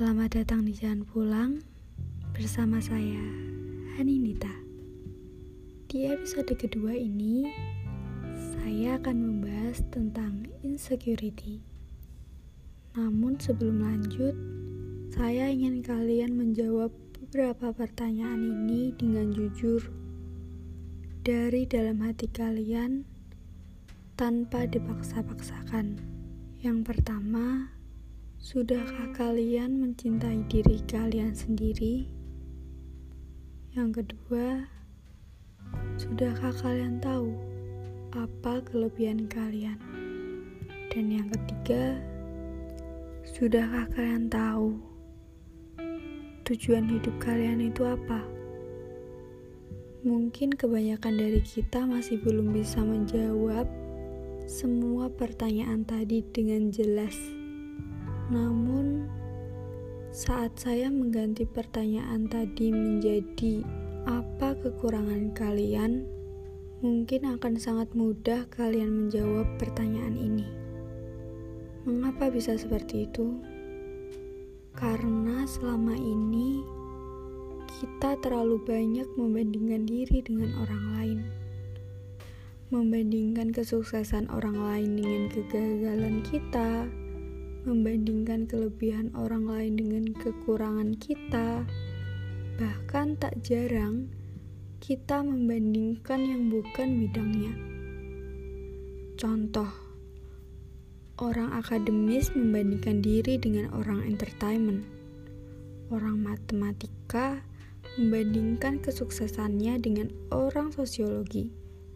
Selamat datang di Jalan Pulang bersama saya, Haninita. Di episode kedua ini, saya akan membahas tentang insecurity. Namun sebelum lanjut, saya ingin kalian menjawab beberapa pertanyaan ini dengan jujur dari dalam hati kalian tanpa dipaksa-paksakan. Yang pertama, sudahkah kalian mencintai diri kalian sendiri? Yang kedua, sudahkah kalian tahu apa kelebihan kalian? Dan yang ketiga, sudahkah kalian tahu tujuan hidup kalian itu apa? Mungkin kebanyakan dari kita masih belum bisa menjawab semua pertanyaan tadi dengan jelas. Namun, saat saya mengganti pertanyaan tadi menjadi apa kekurangan kalian, mungkin akan sangat mudah kalian menjawab pertanyaan ini. Mengapa bisa seperti itu? Karena selama ini kita terlalu banyak membandingkan diri dengan orang lain. Membandingkan kesuksesan orang lain dengan kegagalan kita, membandingkan kelebihan orang lain dengan kekurangan kita. Bahkan tak jarang kita membandingkan yang bukan bidangnya. Contoh, orang akademis membandingkan diri dengan orang entertainment. Orang matematika membandingkan kesuksesannya dengan orang sosiologi.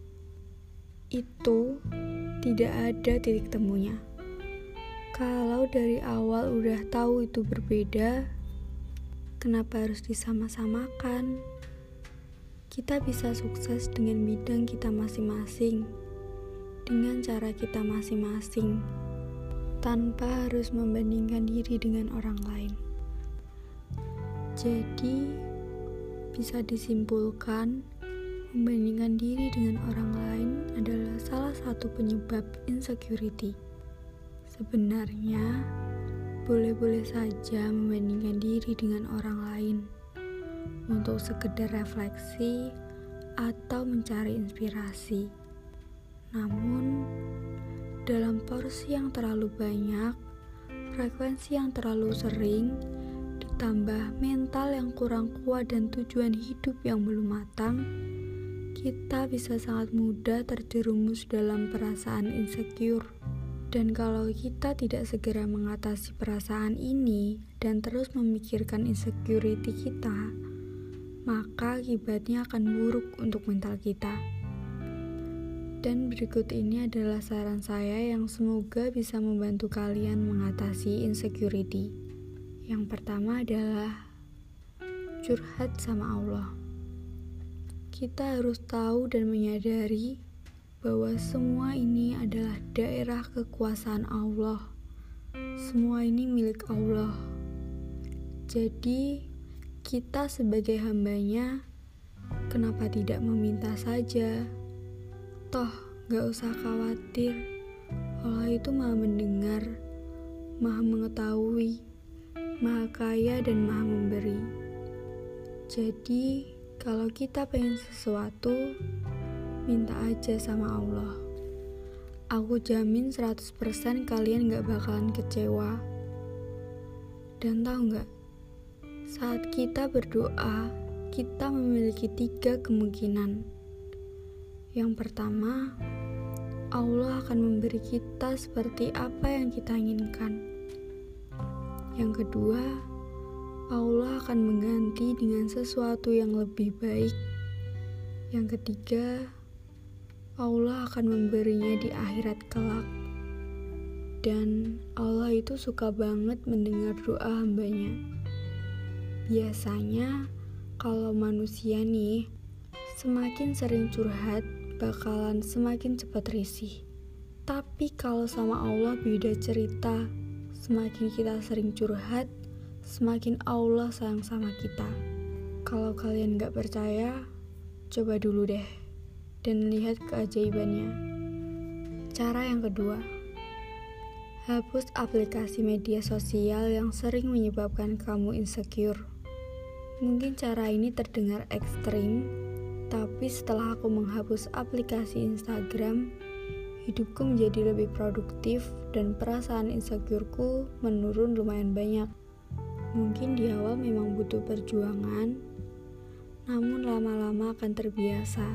Itu tidak ada titik temunya. Kalau dari awal udah tahu itu berbeda, kenapa harus disama-samakan? Kita bisa sukses dengan bidang kita masing-masing, dengan cara kita masing-masing, tanpa harus membandingkan diri dengan orang lain. Jadi, bisa disimpulkan, membandingkan diri dengan orang lain adalah salah satu penyebab insecurity. Sebenarnya, boleh-boleh saja membandingkan diri dengan orang lain untuk sekedar refleksi atau mencari inspirasi. Namun, dalam porsi yang terlalu banyak, frekuensi yang terlalu sering, ditambah mental yang kurang kuat dan tujuan hidup yang belum matang, kita bisa sangat mudah terjerumus dalam perasaan insecure. Dan kalau kita tidak segera mengatasi perasaan ini dan terus memikirkan insecurity kita, maka akibatnya akan buruk untuk mental kita. Dan berikut ini adalah saran saya yang semoga bisa membantu kalian mengatasi insecurity. Yang pertama adalah curhat sama Allah. Kita harus tahu dan menyadari bahwa semua ini adalah daerah kekuasaan Allah. Semua ini milik Allah. Jadi, kita sebagai hambanya, kenapa tidak meminta saja? Toh, gak usah khawatir. Allah itu maha mendengar, maha mengetahui, maha kaya dan maha memberi. Jadi, kalau kita pengen sesuatu, minta aja sama Allah. Aku jamin 100% kalian gak bakalan kecewa. Dan tahu gak, saat kita berdoa, kita memiliki 3 kemungkinan. Yang pertama, Allah akan memberi kita seperti apa yang kita inginkan. Yang kedua, Allah akan mengganti dengan sesuatu yang lebih baik. Yang ketiga, Allah akan memberinya di akhirat kelak. Dan Allah itu suka banget mendengar doa hambanya. Biasanya kalau manusia nih semakin sering curhat bakalan semakin cepat risih. Tapi kalau sama Allah beda cerita. Semakin kita sering curhat, semakin Allah sayang sama kita. Kalau kalian gak percaya, coba dulu deh dan lihat keajaibannya. Cara yang kedua, Hapus aplikasi media sosial yang sering menyebabkan kamu insecure. Mungkin cara ini terdengar ekstrim, tapi setelah aku menghapus aplikasi Instagram, hidupku menjadi lebih produktif dan perasaan insecureku menurun lumayan banyak. Mungkin di awal memang butuh perjuangan, namun lama-lama akan terbiasa.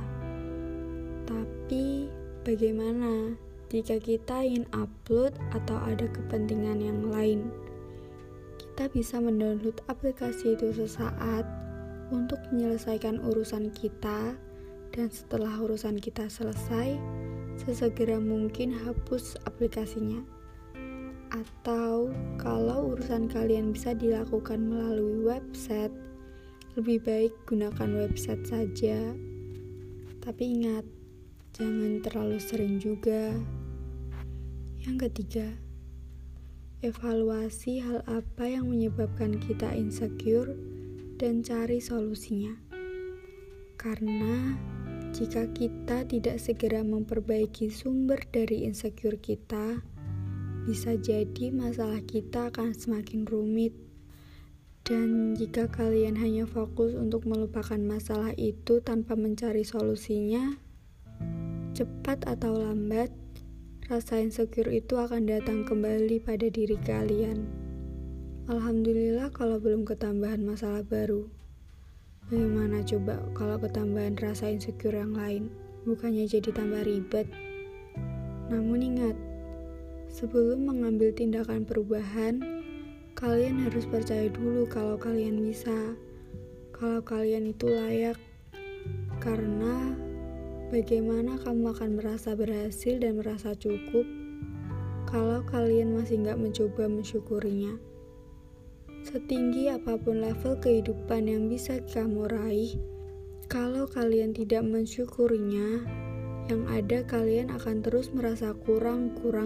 Tapi bagaimana jika kita ingin upload atau ada kepentingan yang lain? Kita bisa mendownload aplikasi itu sesaat untuk menyelesaikan urusan kita, dan setelah urusan kita selesai, sesegera mungkin hapus aplikasinya. Atau kalau urusan kalian bisa dilakukan melalui website, lebih baik gunakan website saja. Tapi ingat, jangan terlalu sering juga. Yang ketiga, evaluasi hal apa yang menyebabkan kita insecure dan cari solusinya. Karena jika kita tidak segera memperbaiki sumber dari insecure kita, bisa jadi masalah kita akan semakin rumit. Dan jika kalian hanya fokus untuk melupakan masalah itu tanpa mencari solusinya, cepat atau lambat, rasa insecure itu akan datang kembali pada diri kalian. Alhamdulillah kalau belum ketambahan masalah baru. Bagaimana coba kalau ketambahan rasa insecure yang lain? Bukannya jadi tambah ribet. Namun ingat, sebelum mengambil tindakan perubahan, kalian harus percaya dulu kalau kalian bisa, kalau kalian itu layak. Karena bagaimana kamu akan merasa berhasil dan merasa cukup kalau kalian masih gak mencoba mensyukurinya? Setinggi apapun level kehidupan yang bisa kamu raih, kalau kalian tidak mensyukurinya, yang ada kalian akan terus merasa kurang.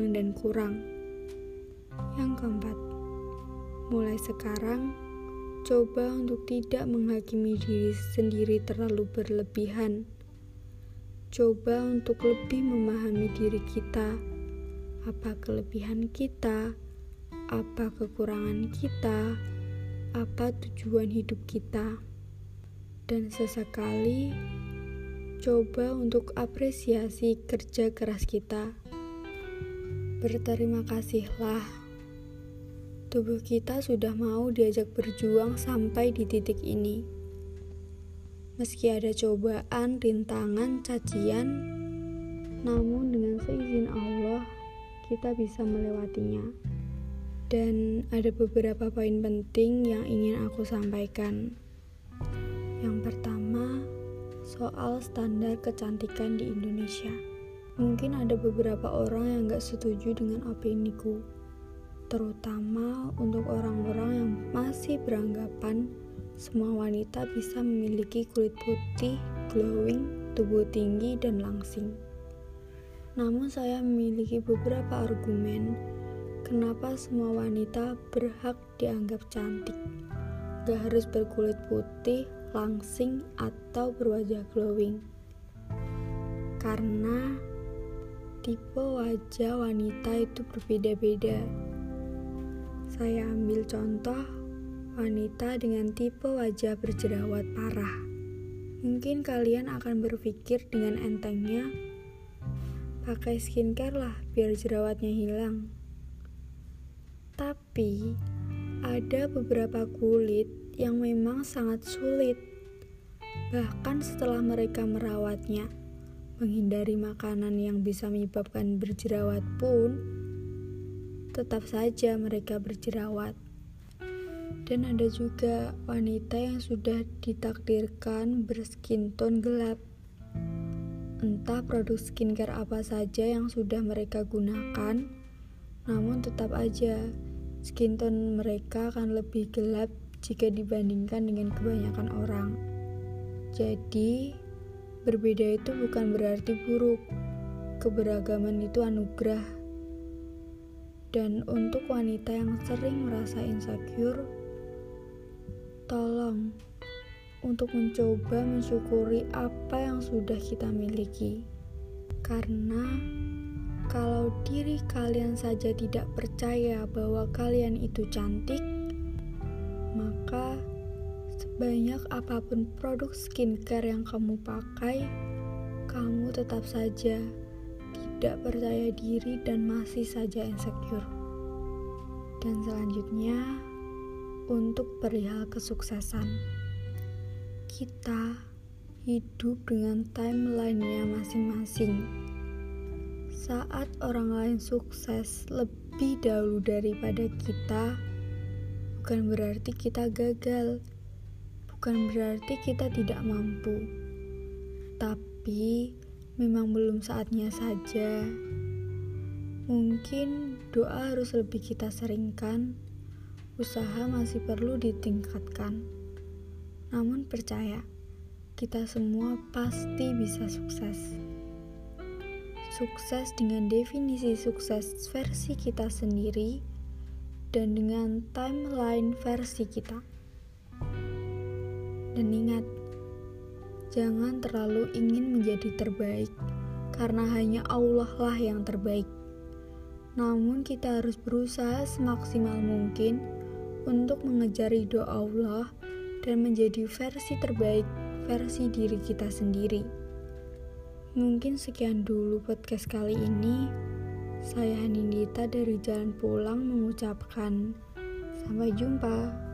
Yang keempat, mulai sekarang, coba untuk tidak menghakimi diri sendiri terlalu berlebihan. Coba untuk lebih memahami diri kita, apa kelebihan kita, apa kekurangan kita, apa tujuan hidup kita. Dan sesekali, coba untuk apresiasi kerja keras kita. Berterima kasihlah, tubuh kita sudah mau diajak berjuang sampai di titik ini. Meski ada cobaan, rintangan, cacian, namun dengan seizin Allah, kita bisa melewatinya. Dan ada beberapa poin penting yang ingin aku sampaikan. Yang pertama, soal standar kecantikan di Indonesia. Mungkin ada beberapa orang yang gak setuju dengan opiniku, terutama untuk orang-orang yang masih beranggapan semua wanita bisa memiliki kulit putih, glowing, tubuh tinggi, dan langsing. Namun saya memiliki beberapa argumen kenapa semua wanita berhak dianggap cantik. Gak harus berkulit putih, langsing, atau berwajah glowing. Karena tipe wajah wanita itu berbeda-beda. Saya ambil contoh wanita dengan tipe wajah berjerawat parah. Mungkin kalian akan berpikir dengan entengnya, pakai skincare lah biar jerawatnya hilang. Tapi ada beberapa kulit yang memang sangat sulit. Bahkan setelah mereka merawatnya, menghindari makanan yang bisa menyebabkan berjerawat pun, tetap saja mereka berjerawat. Dan ada juga wanita yang sudah ditakdirkan berskin tone gelap. Entah produk skincare apa saja yang sudah mereka gunakan, namun tetap aja skin tone mereka akan lebih gelap jika dibandingkan dengan kebanyakan orang. Jadi, berbeda itu bukan berarti buruk. Keberagaman itu anugerah. Dan untuk wanita yang sering merasa insecure, tolong untuk mencoba mensyukuri apa yang sudah kita miliki. Karena Kalau diri kalian saja tidak percaya bahwa kalian itu cantik, maka sebanyak apapun produk skincare yang kamu pakai, kamu tetap saja tidak percaya diri dan masih saja insecure. Dan selanjutnya, untuk perihal kesuksesan. Kita hidup dengan timeline-nya masing-masing. Saat orang lain sukses lebih dahulu daripada kita, bukan berarti kita gagal, bukan berarti kita tidak mampu, tapi memang belum saatnya saja. Mungkin doa harus lebih kita seringkan, usaha masih perlu ditingkatkan. Namun percaya, kita semua pasti bisa sukses. Sukses dengan definisi sukses versi kita sendiri dan dengan timeline versi kita. Dan ingat, jangan terlalu ingin menjadi terbaik karena hanya Allah lah yang terbaik. Namun kita harus berusaha semaksimal mungkin untuk mengejar ridho Allah dan menjadi versi terbaik versi diri kita sendiri. Mungkin sekian dulu podcast kali ini. Saya Hanindita dari Jalan Pulang mengucapkan sampai jumpa.